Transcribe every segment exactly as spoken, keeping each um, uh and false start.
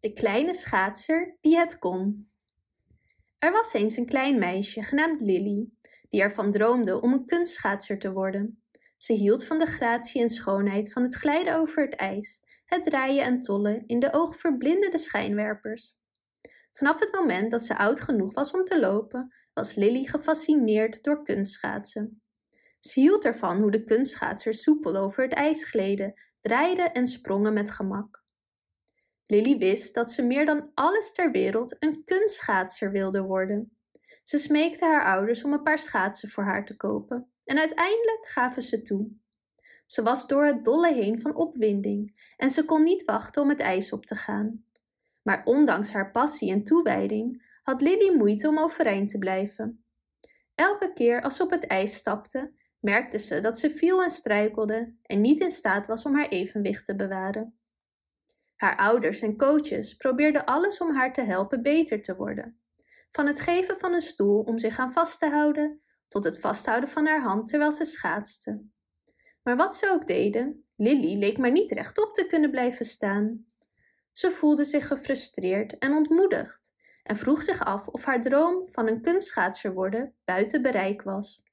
De kleine schaatser die het kon. Er was eens een klein meisje genaamd Lily, die ervan droomde om een kunstschaatser te worden. Ze hield van de gratie en schoonheid van het glijden over het ijs, het draaien en tollen in de oogverblindende schijnwerpers. Vanaf het moment dat ze oud genoeg was om te lopen, was Lily gefascineerd door kunstschaatsen. Ze hield ervan hoe de kunstschaatsers soepel over het ijs gleden, draaiden en sprongen met gemak. Lily wist dat ze meer dan alles ter wereld een kunstschaatser wilde worden. Ze smeekte haar ouders om een paar schaatsen voor haar te kopen en uiteindelijk gaven ze toe. Ze was door het dolle heen van opwinding en ze kon niet wachten om het ijs op te gaan. Maar ondanks haar passie en toewijding had Lily moeite om overeind te blijven. Elke keer als ze op het ijs stapte, merkte ze dat ze viel en struikelde en niet in staat was om haar evenwicht te bewaren. Haar ouders en coaches probeerden alles om haar te helpen beter te worden. Van het geven van een stoel om zich aan vast te houden, tot het vasthouden van haar hand terwijl ze schaatste. Maar wat ze ook deden, Lily leek maar niet rechtop te kunnen blijven staan. Ze voelde zich gefrustreerd en ontmoedigd en vroeg zich af of haar droom van een kunstschaatser worden buiten bereik was.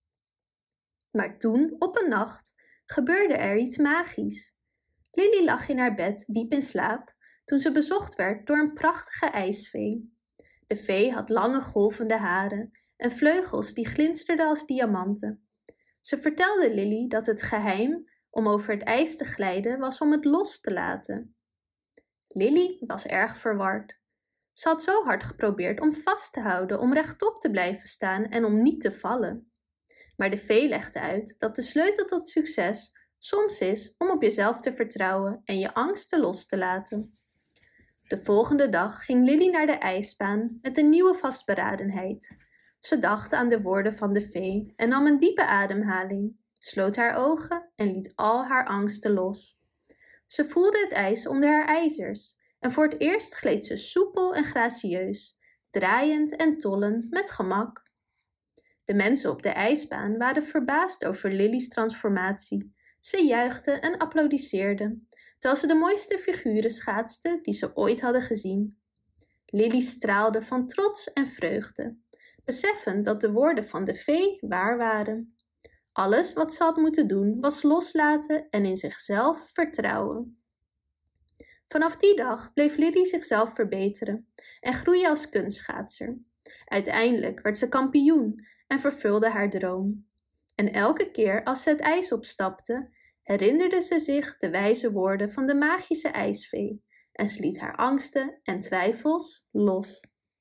Maar toen, op een nacht, gebeurde er iets magisch. Lily lag in haar bed diep in slaap toen ze bezocht werd door een prachtige ijsvee. De vee had lange golvende haren en vleugels die glinsterden als diamanten. Ze vertelde Lily dat het geheim om over het ijs te glijden was om het los te laten. Lily was erg verward. Ze had zo hard geprobeerd om vast te houden, om rechtop te blijven staan en om niet te vallen. Maar de vee legde uit dat de sleutel tot succes soms is om op jezelf te vertrouwen en je angsten los te laten. De volgende dag ging Lily naar de ijsbaan met een nieuwe vastberadenheid. Ze dacht aan de woorden van de vee en nam een diepe ademhaling, sloot haar ogen en liet al haar angsten los. Ze voelde het ijs onder haar ijzers en voor het eerst gleed ze soepel en gracieus, draaiend en tollend met gemak. De mensen op de ijsbaan waren verbaasd over Lily's transformatie. Ze juichten en applaudisseerden, terwijl ze de mooiste figuren schaatsten die ze ooit hadden gezien. Lily straalde van trots en vreugde, beseffend dat de woorden van de vee waar waren. Alles wat ze had moeten doen was loslaten en in zichzelf vertrouwen. Vanaf die dag bleef Lily zichzelf verbeteren en groeien als kunstschaatser. Uiteindelijk werd ze kampioen en vervulde haar droom. En elke keer als ze het ijs opstapte, herinnerde ze zich de wijze woorden van de magische ijsvee en ze liet haar angsten en twijfels los.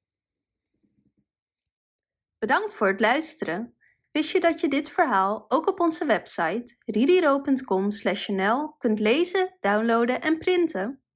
Bedankt voor het luisteren. Wist je dat je dit verhaal ook op onze website ririro punt com slash n l kunt lezen, downloaden en printen?